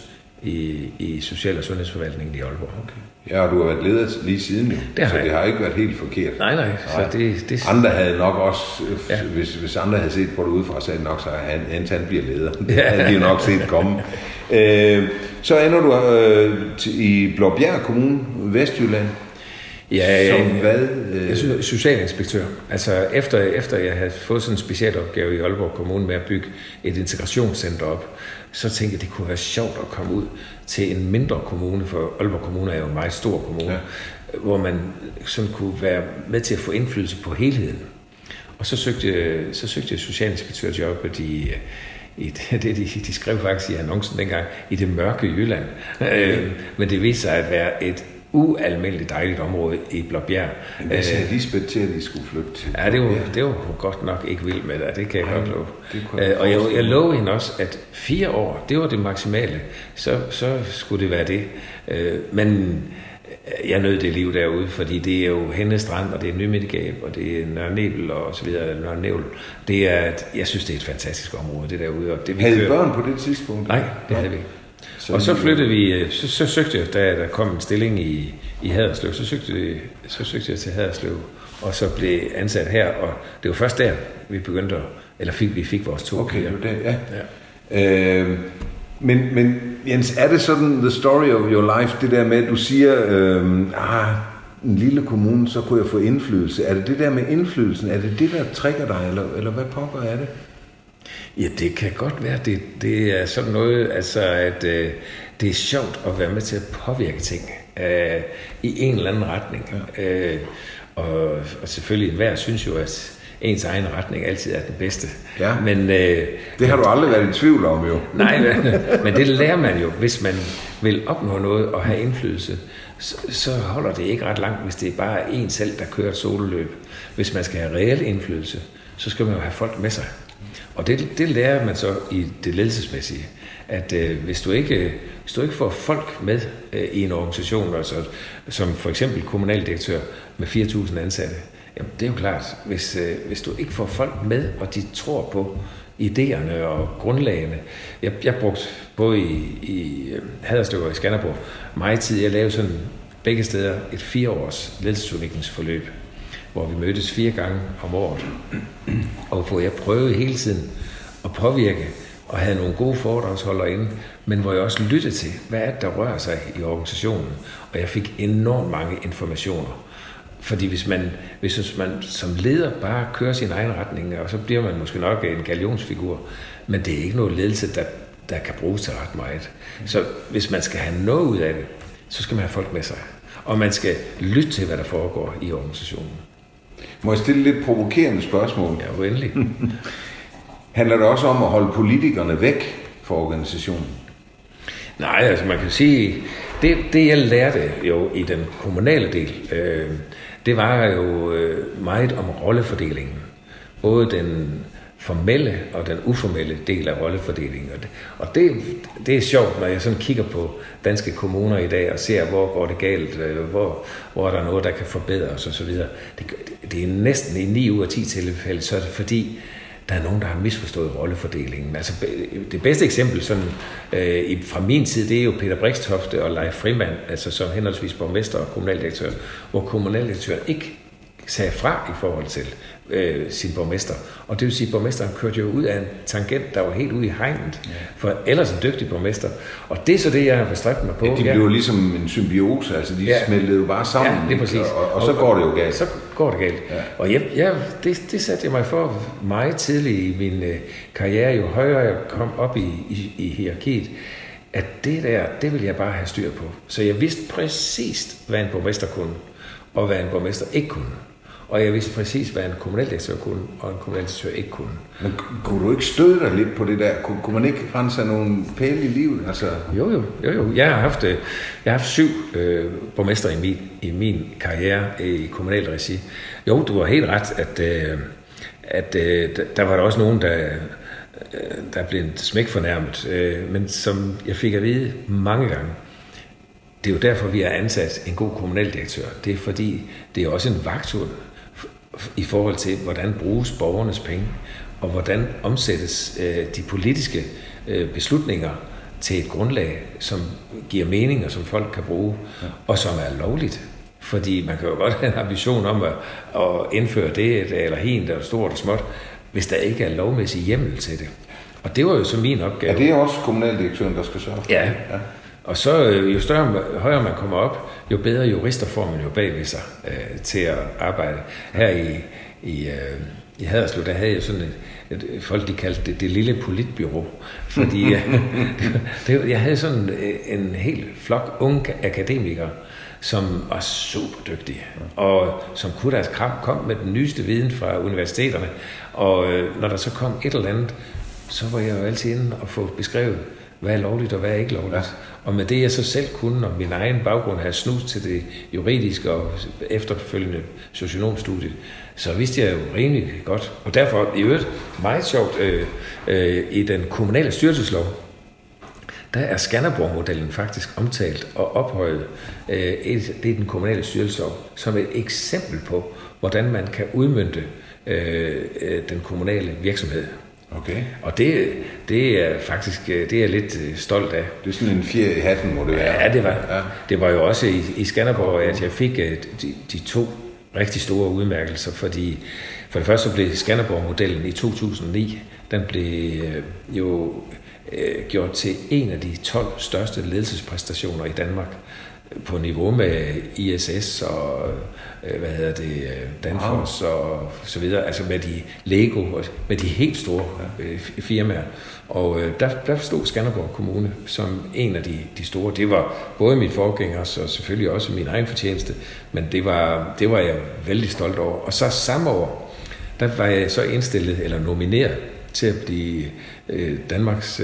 i Social- og Sundhedsforvaltningen i Aalborg. Okay. Ja, og du har været leder lige siden jo, det har ikke været helt forkert. Nej. Så det... Andre havde nok også, hvis andre havde set på det udefra, så havde nok så, at han bliver leder. Det havde de jo nok set komme. Så ender du i Blåbjerg Kommune, Vestjylland. Ja, som hvad? Socialinspektør. Altså efter jeg havde fået sådan en speciel opgave i Aalborg Kommune med at bygge et integrationscenter op, så tænkte jeg, det kunne være sjovt at komme ud til en mindre kommune, for Aalborg Kommune er jo en meget stor kommune, hvor man sådan kunne være med til at få indflydelse på helheden. Og så søgte jeg socialinspektørjobbet de skrev faktisk i annoncen dengang, i det mørke Jylland. Men det viste sig at være et ualmindeligt dejligt område i Blåbjerg. Men hvad sagde Lisbeth til, at de skulle flytte til? Ja, det var godt nok ikke vildt med det kan jeg godt love. Og jeg lovede hende også, at 4 år, det var det maksimale, så skulle det være det. Men jeg nød det liv derude, fordi det er jo Henne Strand, og det er Nymindegab, og det er Nørre Nebel, og så videre, Nørre Nævl. Jeg synes, det er et fantastisk område, det derude. Og det, havde I børn på det tidspunkt? Nej, det havde vi ikke. Og så flyttede vi, så søgte jeg, da der kom en stilling i Haderslev, så søgte jeg til Haderslev, og så blev ansat her, og det var først der, vi begyndte vi fik vores 2 piger. Okay, det ja. Men Jens, er det sådan the story of your life, det der med, at du siger, en lille kommune, så kunne jeg få indflydelse. Er det der med indflydelsen, er det der trigger dig, eller hvad pokker er det? Ja, det kan godt være. Det er sådan noget, altså at det er sjovt at være med til at påvirke ting i en eller anden retning. Ja. Og selvfølgelig enhver synes jo, at ens egen retning altid er den bedste. Ja. Men det har du aldrig været i tvivl om, jo. Nej, men det lærer man jo. Hvis man vil opnå noget og have indflydelse, så holder det ikke ret langt, hvis det er bare en selv, der kører et sololøb. Hvis man skal have reel indflydelse, så skal man jo have folk med sig. Og det lærer man så i det ledelsesmæssige, at hvis du ikke får folk med i en organisation, altså, som for eksempel kommunaldirektør med 4.000 ansatte, jamen det er jo klart, hvis du ikke får folk med, og de tror på idéerne og grundlagene. Jeg brugte både i Haderslev og i Skanderborg meget tid. Jeg lavede sådan begge steder et 4-års ledelsesudviklingsforløb, hvor vi mødtes 4 gange om året, og hvor jeg prøvede hele tiden at påvirke, og havde nogle gode foredragsholdere inde, men hvor jeg også lyttede til, hvad er det, der rører sig i organisationen, og jeg fik enormt mange informationer. Fordi hvis man som leder bare kører sin egen retning, og så bliver man måske nok en galionsfigur, men det er ikke noget ledelse, der kan bruges til ret meget. Så hvis man skal have noget ud af det, så skal man have folk med sig. Og man skal lytte til, hvad der foregår i organisationen. Må jeg stille lidt provokerende spørgsmål? Ja, uendelig. Handler det også om at holde politikerne væk fra organisationen? Nej, altså man kan sige, det jeg lærte jo i den kommunale del, det var jo meget om rollefordelingen. Både den formelle og den uformelle del af rollefordelingen. Og det er sjovt, når jeg sådan kigger på danske kommuner i dag og ser, hvor går det galt, hvor er der noget, der kan forbedres osv. Det er næsten i 9 ud af 10 tilfælde, så er det fordi, der er nogen, der har misforstået rollefordelingen. Altså, det bedste eksempel sådan, fra min tid, det er jo Peter Brixtofte og Leif Frimand, altså som henholdsvis borgmester og kommunaldirektør, hvor kommunaldirektøren ikke sagde fra i forhold til sin borgmester. Og det vil sige, at borgmesteren kørte jo ud af en tangent, der var helt ude i hegnet, for ellers en dygtig borgmester. Og det er så det, jeg har bestræbt mig på. Ja, de blev jo ligesom en symbiose, altså de smeltede jo bare sammen, det er præcis. Og så går det jo galt. Så går det galt. Ja. Og det satte jeg mig for meget tidligt i min karriere, jo højere jeg kom op i hierarkiet, at det ville jeg bare have styr på. Så jeg vidste præcis, hvad en borgmester kunne, og hvad en borgmester ikke kunne. Og jeg vidste præcis, hvad en kommunaldirektør kunne, og en kommunaldirektør ikke kunne. Men kunne du ikke støde dig lidt på det der? Kunne man ikke rense sig nogle pæle i livet? Altså... Jo. Jeg har haft 7 borgmester i min karriere i kommunal regi. Jo, du har helt ret, at der var der også nogen, der blev smæk fornærmet. Men som jeg fik at vide mange gange, det er jo derfor, vi har ansat en god kommunaldirektør. Det er fordi, det er også en vagthund i forhold til, hvordan bruges borgernes penge, og hvordan omsættes de politiske beslutninger til et grundlag, som giver mening, og som folk kan bruge, og som er lovligt. Fordi man kan jo godt have en ambition om at indføre det, eller hende, der er stort og småt, hvis der ikke er lovmæssig hjemmel til det. Og det var jo så min opgave. Er det også kommunaldirektøren, der skal sørge for det? Ja. Og så jo højere man kommer op, jo bedre jurister får man jo bagved sig til at arbejde. Her i Haderslev, der havde jeg sådan et folk de kaldte det lille politbyrå, fordi jeg havde sådan en helt flok unge akademikere, som var super dygtige, og som kunne deres kram, kom med den nyeste viden fra universiteterne, og når der så kom et eller andet, så var jeg jo altid inde og få beskrevet, hvad er lovligt og hvad er ikke lovligt. Ja. Og med det jeg så selv kunne, og min egen baggrund havde snus til det juridiske og efterfølgende socionomstudiet, så vidste jeg jo rimelig godt. Og derfor i øvrigt meget sjovt i den kommunale styrelseslov, der er Skanderborg-modellen faktisk omtalt og ophøjet. Det er den kommunale styrelseslov som et eksempel på, hvordan man kan udmønte den kommunale virksomhed. Okay. Og det er faktisk, det er jeg lidt stolt af. Det er sådan en fjer i hatten, må det være. Ja, det var. Ja. Det var jo også i Skanderborg, at jeg fik de 2 rigtig store udmærkelser, fordi for det første så blev Skanderborg-modellen i 2009, den blev jo gjort til en af de 12 største ledelsespræstationer i Danmark. på niveau med ISS og Danfoss og så videre, altså med de Lego, med de helt store firmaer. Og der stod Skanderborg Kommune som en af de store. Det var både mit forgængers og selvfølgelig også min egen fortjeneste, men det var jeg vældig stolt over. Og så samme år, der var jeg så indstillet eller nomineret til at blive Danmarks,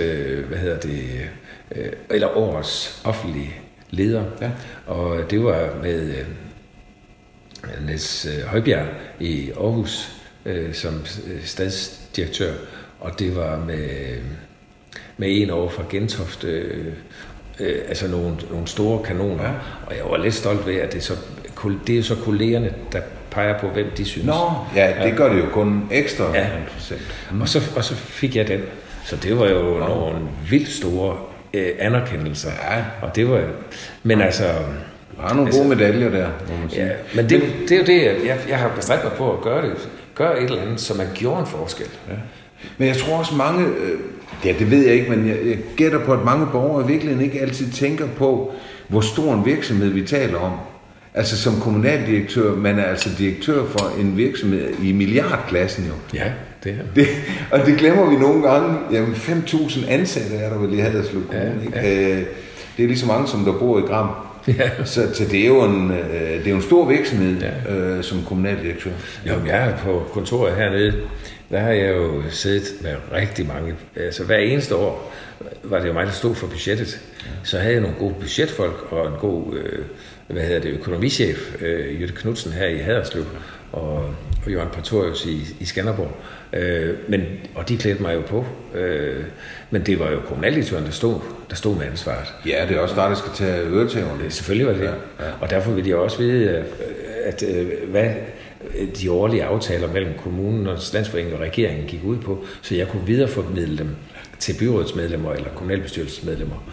eller årets offentlige leder. Ja. Og det var med Niels Højbjerg i Aarhus som stadsdirektør, og det var med en over fra Gentofte, altså nogle store kanoner. Ja. Og jeg var lidt stolt ved, at det er så kollegerne, der peger på, hvem de synes. Det gør det jo kun ekstra. Ja. Og så fik jeg den. Så det var jo nogle vildt store anerkendelser. Ja. Og det var... Men altså... Der er nogle gode medaljer der, må man sige. Ja, men det er jo det, jeg har bestræbt mig på at gøre et eller andet, som man gjorde en forskel. Ja. Men jeg tror også mange... det ved jeg ikke, men jeg gætter på, at mange borgere virkelig ikke altid tænker på, hvor stor en virksomhed vi taler om. Altså som kommunaldirektør, man er altså direktør for en virksomhed i milliardklassen jo. Ja, det er og det glemmer vi nogle gange. Jamen 5.000 ansatte er der vel i Haderslev Kommune. Ja. Det er lige så mange, som der bor i Gram. Ja. Så det er jo en stor virksomhed som kommunaldirektør. Jo, jeg er på kontoret hernede. Der har jeg jo siddet med rigtig mange. Altså hver eneste år var det jo mig, der stod for budgettet. Ja. Så havde jeg nogle gode budgetfolk og en god økonomichef, Jytte Knudsen her i Haderslev, og Jørgen Pretorius i Skanderborg. Og de klædte mig jo på. Men det var jo kommunaldirektøren, der stod med ansvaret. Ja, det er også der skal tage øretæverne. Selvfølgelig var det. Ja. Og derfor vil jeg også vide, at hvad de årlige aftaler mellem kommunen og Landsforeningen og regeringen gik ud på, så jeg kunne videreformidle dem til byrådsmedlemmer eller kommunalbestyrelsesmedlemmer.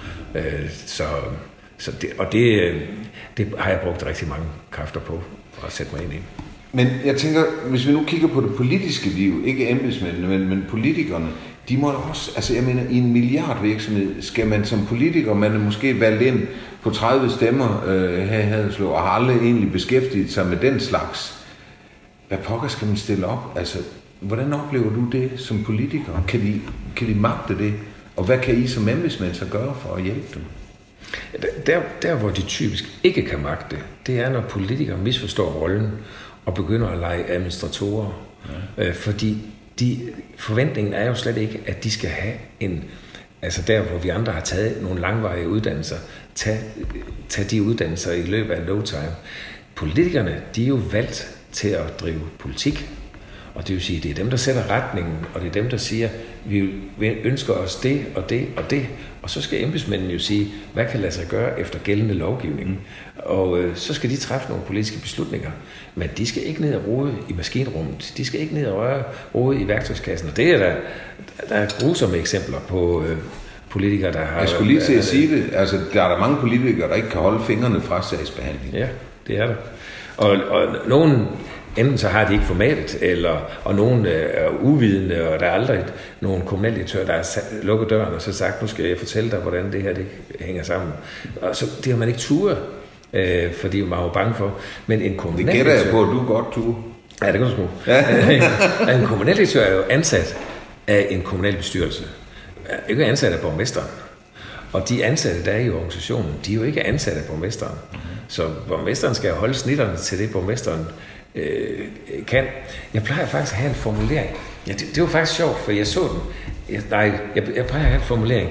Det har jeg brugt rigtig mange kræfter på at sætte mig ind i. Men jeg tænker, hvis vi nu kigger på det politiske liv, ikke embedsmændene, men politikerne, de må også, altså jeg mener, i en milliardvirksomhed skal man som politiker, man er måske valgt ind på 30 stemmer her i Haderslev, og har aldrig egentlig beskæftiget sig med den slags. Hvad pokker skal man stille op? Altså, hvordan oplever du det som politiker? Kan de magte det? Og hvad kan I som embedsmænd så gøre for at hjælpe dem? Der hvor de typisk ikke kan magte, det er, når politikere misforstår rollen og begynder at lege administratorer. Ja. Fordi forventningen er jo slet ikke, at de skal have altså der, hvor vi andre har taget nogle langvarige uddannelser, tage de uddannelser i løbet af no time. Politikerne, de er jo valgt til at drive politik. Og det vil sige, det er dem, der sætter retningen, og det er dem, der siger, vi ønsker os det og det og det. Og så skal embedsmændene jo sige, hvad kan lade sig gøre efter gældende lovgivning. Og så skal de træffe nogle politiske beslutninger. Men de skal ikke ned og rode i maskinrummet. De skal ikke ned og rode i værktøjskassen. Og det er der er grusomme eksempler på politikere, der har... Jeg skulle lige til at sige det. Altså, der er der mange politikere, der ikke kan holde fingrene fra sagsbehandling. Ja, det er der. Og nogen... Enten så har de ikke formatet, og nogen er uvidende, og der er aldrig nogen kommunaldirektør, der har lukket døren og så sagt, nu skal jeg fortælle dig, hvordan det her det hænger sammen. Og så, det har man ikke turet, fordi man var bange for. Men en kommunaldirektør... Det gætter jeg på, at du godt turer. Ja, det kan du tro. Ja. En kommunaldirektør er jo ansat af en kommunalbestyrelse. Ikke ansat af borgmesteren. Og de ansatte, der er i organisationen, de er jo ikke ansat af borgmesteren. Så borgmesteren skal holde snitterne til det, borgmesteren kan. Jeg plejer faktisk at have en formulering. Ja, det var faktisk sjovt, for jeg så den. Jeg plejer at have en formulering,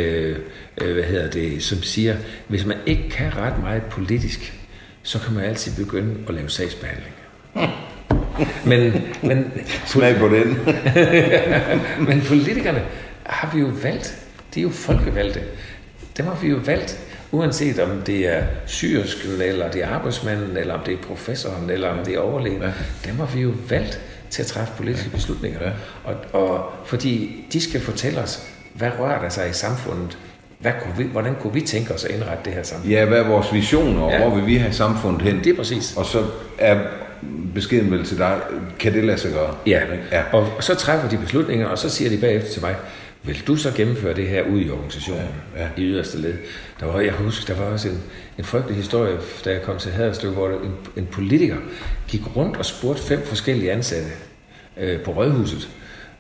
som siger, hvis man ikke kan ret meget politisk, så kan man altid begynde at lave sagsbehandling. Men smag på den. Men politikerne har vi jo valgt. De er jo folkevalgte. Dem har vi jo valgt. Uanset om det er syrsken, eller det er arbejdsmanden, eller om det er professoren, eller om det er overlægen, dem har vi jo valgt til at træffe politiske beslutninger. Ja. Og fordi de skal fortælle os, hvad rører der sig i samfundet? Hvordan kunne vi tænke os at indrette det her samfund? Ja, hvad er vores visioner, og hvor vil vi have samfundet hen? Det er præcis. Og så er beskeden vel til dig, kan det lade sig gøre? Ja. Og så træffer de beslutninger, og så siger de bagefter til mig, vil du så gennemføre det her ude i organisationen, i yderste led? Jeg husker, der var også en frygtelig historie, da jeg kom til Haderslev, hvor en politiker gik rundt og spurgte 5 forskellige ansatte på Rådhuset.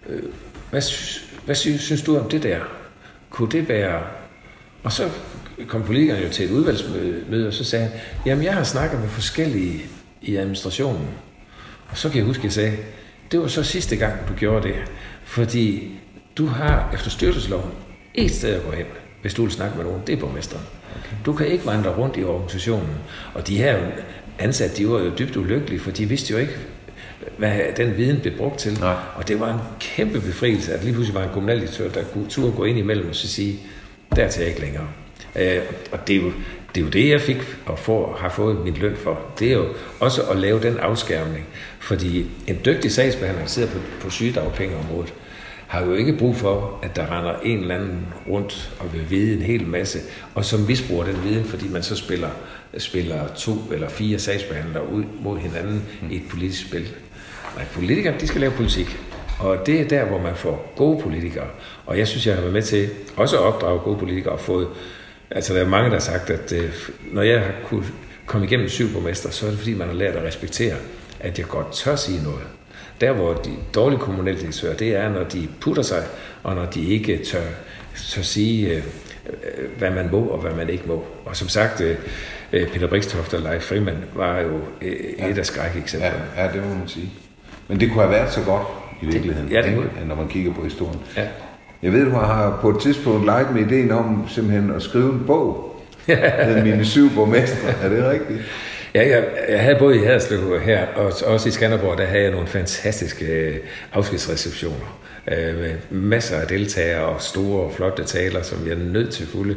Hvad synes du om det der? Kunne det være... Og så kom politikeren jo til et udvalgsmøde, og så sagde han, jamen jeg har snakket med forskellige i administrationen. Og så kan jeg huske, at jeg sagde, det var så sidste gang, du gjorde det. Fordi du har efter styrelsesloven et sted at gå hen, hvis du vil snakke med nogen. Det er borgmesteren. Okay. Du kan ikke vandre rundt i organisationen. Og de her ansatte, de var jo dybt ulykkelige, for de vidste jo ikke, hvad den viden blev brugt til. Nej. Og det var en kæmpe befrielse, at lige pludselig var en kommunaldirektør, der kunne turde gå ind imellem og så sige, dertil er jeg ikke længere. Og det er jo det, jeg fik og har fået min løn for. Det er jo også at lave den afskærmning. Fordi en dygtig sagsbehandler, der sidder på sygedagpengeområdet, har jo ikke brug for, at der render en eller anden rundt og vil vide en hel masse, og som misbruger den viden, fordi man så spiller 2 eller 4 sagsbehandlere ud mod hinanden i et politisk spil. Nej, politikere, de skal lave politik. Og det er der, hvor man får gode politikere. Og jeg synes, jeg har været med til også at opdrage gode politikere og fået... Altså, der er mange, der har sagt, at når jeg har kunne komme igennem 7 borgmester, så er det fordi, man har lært at respektere, at jeg godt tør sige noget. Der, hvor de dårlige kommunaldirektører, det er, når de putter sig, og når de ikke tør sige, hvad man må og hvad man ikke må. Og som sagt, Peter Brixtoft og Leif Frimand var jo et af skrækeksemplerne. Ja, det må man sige. Men det kunne have været så godt i virkeligheden, når man kigger på historien. Ja. Jeg ved, du har på et tidspunkt leget med ideen om simpelthen at skrive en bog med mine 7 borgmestre. Er det rigtigt? Ja, jeg havde både i Haderslev her, og også i Skanderborg, der havde jeg nogle fantastiske afskedsreceptioner. Med masser af deltagere og store og flotte taler, som jeg er nødt til fulde.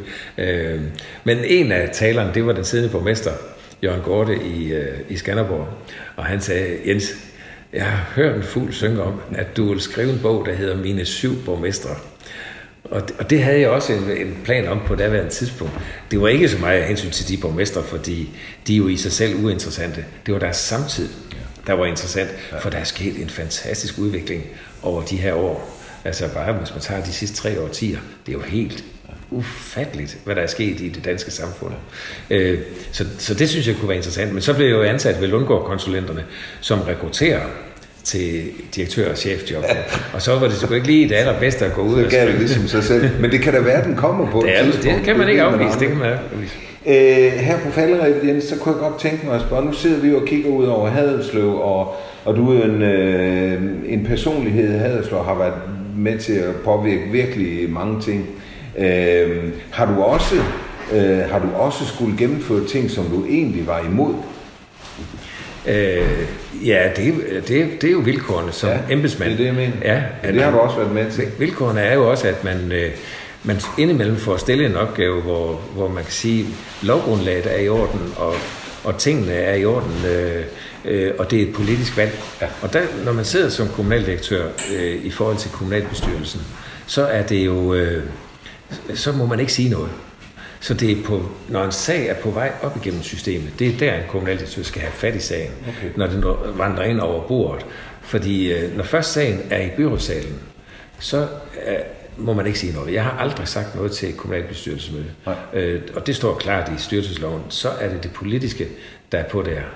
Men en af talerne, det var den siddende borgmester, Jørgen Gorte i Skanderborg. Og han sagde, Jens, jeg har hørt en fugl synge om, at du vil skrive en bog, der hedder Mine 7 borgmestre. Og det havde jeg også en plan om på daværende tidspunkt. Det var ikke så meget hensyn til de borgmestre, fordi de er jo i sig selv uinteressante. Det var deres samtid, der var interessant, for der er sket en fantastisk udvikling over de her år. Altså bare hvis man tager de sidste 3 årtier, det er jo helt ufatteligt, hvad der er sket i det danske samfund. Så det synes jeg kunne være interessant. Men så blev jeg jo ansat ved Lundgaard-konsulenterne, som rekrutterer til direktør- og chefjob. Og så var det sgu ikke lige det allerbedste at gå ud og skrive. Det ligesom sig selv. Men det kan da være, den kommer på et tidspunkt. Det kan man ikke afvise. Det kan man afvise. Her på Falderebet, Jens, så kunne jeg godt tænke mig at spørge. Nu sidder vi jo og kigger ud over Haderslev, og du er en personlighed. Haderslev har været med til at påvirke virkelig mange ting. Har du også skulle gennemføre ting, som du egentlig var imod? Ja, det er jo vilkårene som embedsmand. Det er det, jeg mener. Ja, det har du også været med til. Vilkårene er jo også, at man indimellem får stillet en opgave, hvor man kan sige, lovgrundlaget er i orden, og tingene er i orden, og det er et politisk valg. Ja. Og der, når man sidder som kommunaldirektør i forhold til kommunalbestyrelsen, så er det jo, så må man ikke sige noget. Så det er når en sag er på vej op igennem systemet, det er der en kommunaldirektør skal have fat i sagen, når den vandrer ind over bordet. Fordi når først sagen er i byrådssalen, så må man ikke sige noget. Jeg har aldrig sagt noget til et kommunalbestyrelsesmøde. Og det står klart i styrelsesloven. Så er det politiske, der er på der.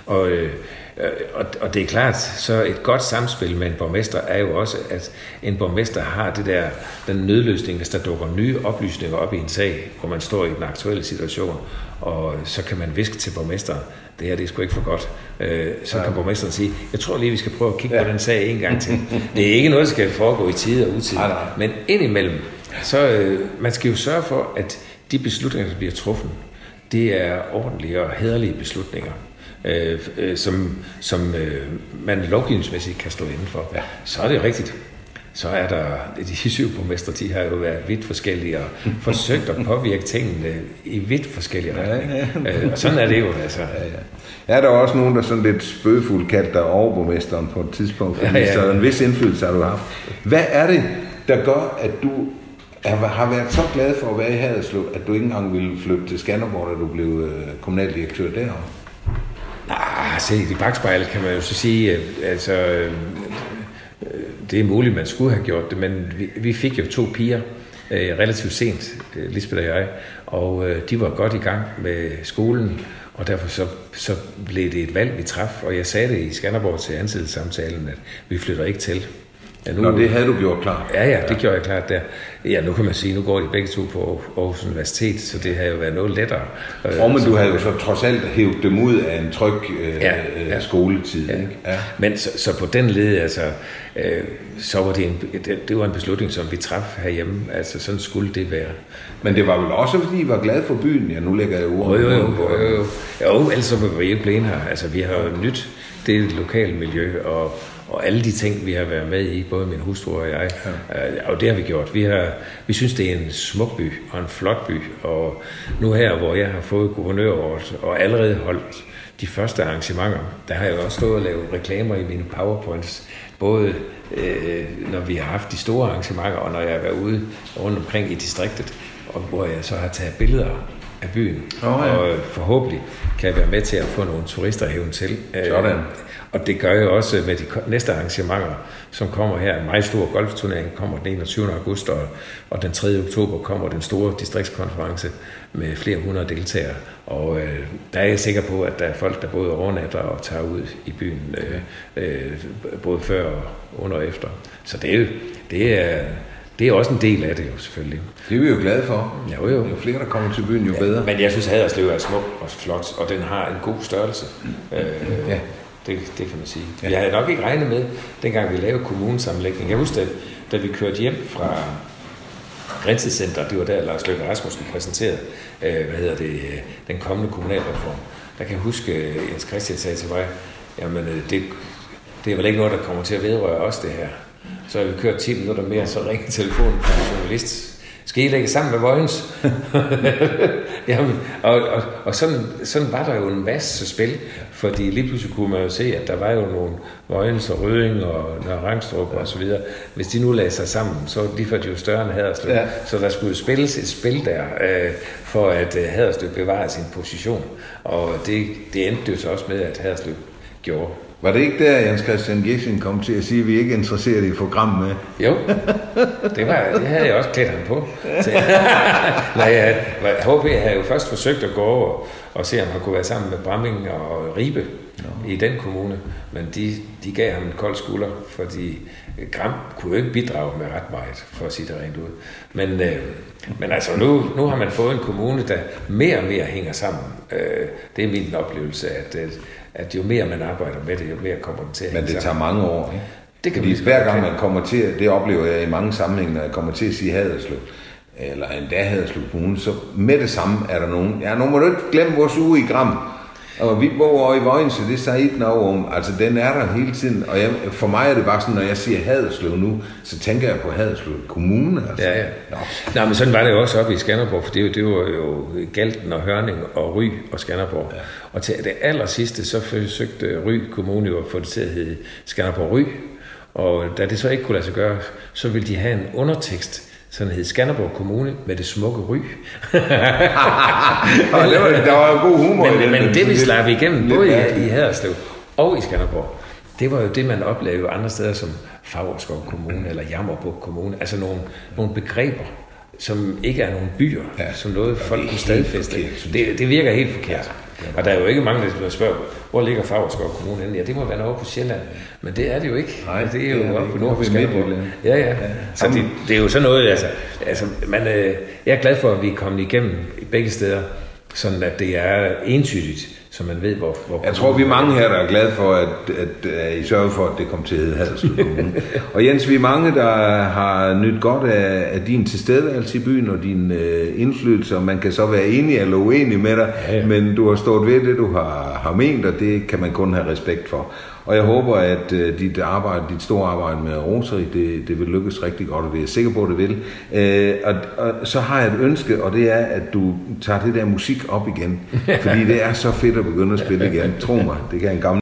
Og det er klart, så et godt samspil med en borgmester er jo også, at en borgmester har den nødløsning, hvis der dukker nye oplysninger op i en sag, hvor man står i den aktuelle situation, og så kan man viske til borgmesteren, det her det er sgu ikke for godt. Så kan borgmesteren sige, jeg tror lige, vi skal prøve at kigge på den sag en gang til. Det er ikke noget, der skal foregå i tide og utide, men indimellem, så man skal jo sørge for, at de beslutninger, der bliver truffet, det er ordentlige og hæderlige beslutninger. Som man lovgivningsmæssigt kan stå indenfor, så er det rigtigt. Så er der de 7 borgmestre, de har jo været vidt forskellige og forsøgt at påvirke tingene i vidt forskellige retninger. Og sådan er det jo altså. Er der også nogen, der sådan lidt spøgefuldt kaldte overborgmesteren på et tidspunkt, fordi så en vis indflydelse har du haft. Hvad er det, der gør, at du har været så glad for at være i Haderslev, at du ikke engang ville flytte til Skanderborg, da du blev kommunaldirektør derovre? Se, i bagspejlet kan man jo så sige, altså, det er muligt, man skulle have gjort det, men vi fik jo 2 piger relativt sent, Lisbeth og jeg, og de var godt i gang med skolen, og derfor så blev det et valg, vi traf, og jeg sagde det i Skanderborg til ansættelsessamtalen, at vi flytter ikke til. Ja, nu, det havde du gjort klart. Ja, det gjorde jeg klart der. Ja, nu kan man sige, nu går de begge 2 på Aarhus Universitet, så det har jo været noget lettere. Men du havde jo så trods alt hævet dem ud af en tryg skoletid. Ja. Ikke? Ja. Men så på den led, altså, så var det var en beslutning, som vi traf herhjemme. Altså, sådan skulle det være. Men det var vel også, fordi I var glade for byen? Ja, nu lægger jeg ordet. Jo, ellers så var vi ikke blevet her. Altså, vi har jo nyt det lokale miljø, og alle de ting, vi har været med i, både min hustru og jeg, og det har vi gjort. Vi synes, det er en smuk by og en flot by, og nu her, hvor jeg har fået guvernøråret og allerede holdt de første arrangementer, der har jeg jo også stået og lavet reklamer i mine powerpoints, både når vi har haft de store arrangementer, og når jeg har været ude rundt omkring i distriktet, og hvor jeg så har taget billeder af byen, og forhåbentlig kan jeg være med til at få nogle turister at hæve til. Sådan. Og det gør jeg også med de næste arrangementer, som kommer her. En meget stor golfturnering kommer den 21. august, og den 3. oktober kommer den store distriktskonference med flere hundrede deltagere. Og der er jeg sikker på, at der er folk, der både overnatter og tager ud i byen, både før og under og efter. Så det er også en del af det jo, selvfølgelig. Det er vi jo glade for. Jo. Jo flere, der kommer til byen, jo bedre. Men jeg synes, Haderslev er smuk og flot, og den har en god størrelse. Det kan man sige. Ja. Jeg havde nok ikke regnet med, dengang vi lavede kommunesammenlægning. Jeg husker, da vi kørte hjem fra Grænsecenter, det var der Lars Løkke Rasmussen præsenterede, den kommende kommunalreform. Der kan jeg huske, Jens Christian sagde til mig, jamen det er vel ikke noget, der kommer til at vedrøre os det her. Så vi kørt 10 minutter mere, så ringede telefonen fra en journalist. Skal I lægge sammen med Vojens? Jamen, og sådan var der jo en masse spil, fordi lige pludselig kunne man jo se, at der var jo nogle Vojens og Rødding og Nørre Rangstrup og så videre. Hvis de nu lagde sig sammen, så var de jo større end Haderslev. Ja. Så der skulle spilles et spil der, for at Haderslev bevarede sin position. Og det endte jo så også med, at Haderslev gjorde. Var det ikke der, Jens Christian Gissing kom til at sige, at vi ikke er interesseret i program med? Jo, det havde jeg også klædt ham på. HB havde jo først forsøgt at gå over og se, om han kunne være sammen med Bramming og Ribe i den kommune. Men de gav ham en kold skulder, fordi Gram kunne jo ikke bidrage med ret meget, for at sige det rent ud. Men altså, nu har man fået en kommune, der mere og mere hænger sammen. Det er min oplevelse, at jo mere man arbejder med det, jo mere kommer den til at hænge sammen. Men det tager mange år, ikke? Det kan hver gang man kommer til, det oplever jeg i mange sammenhænge, når jeg kommer til at sige Haderslev, eller endda Haderslev Kommune, så med det samme er der nogen. Ja, nu må du ikke glemme vores uge i Gram. Og vi bor over i Vojens, så det sagde ikke noget om. Altså, den er der hele tiden. Og for mig er det bare sådan, når jeg siger Haderslev nu, så tænker jeg på Haderslev Kommune. Altså. Ja. Nå, men sådan var det jo også oppe i Skanderborg, for det var jo Galten og Hørning og Ry og Skanderborg. Ja. Og til det allersidste, så forsøgte Ry Kommune jo at få det til at hedde Skanderborg Ry. Og da det så ikke kunne lade sig gøre, så ville de have en undertekst, sådan hed Skanderborg Kommune med det smukke Ry. Der var jo god humor. Men det vi slap igennem, både i Haderslev og i Skanderborg, det var jo det, man oplevede andre steder som Favrskov Kommune eller Jammerbugt Kommune. Altså nogle begreber, som ikke er nogle byer, som noget folk kunne stadfæste. Det virker helt forkert. Og der er jo ikke mange, der spørger, hvor ligger Favrskov Kommune henne? Ja, det må være over på Sjælland. Men det er det jo ikke. Nej, det er jo oppe på nord på Skanderborg. Ja. Så det er jo sådan noget, altså jeg er glad for, at vi er kommet igennem begge steder, sådan at det er entydigt, så man ved, hvor jeg tror, vi er mange her, der er glade for, at I sørger for, at det kommer til at hedde Haderslev Kommune. Og Jens, vi er mange, der har nydt godt af din tilstedeværelse i byen og din indflydelse, og man kan så være enig eller uenig med dig, men du har stået ved det, du har ment, og det kan man kun have respekt for. Og jeg håber, at dit store arbejde med Rosary, det vil lykkes rigtig godt, og det er jeg sikker på, at det vil. Og så har jeg et ønske, og det er, at du tager det der musik op igen. Fordi det er så fedt at begynde at spille igen. Tro mig, det kan en gammel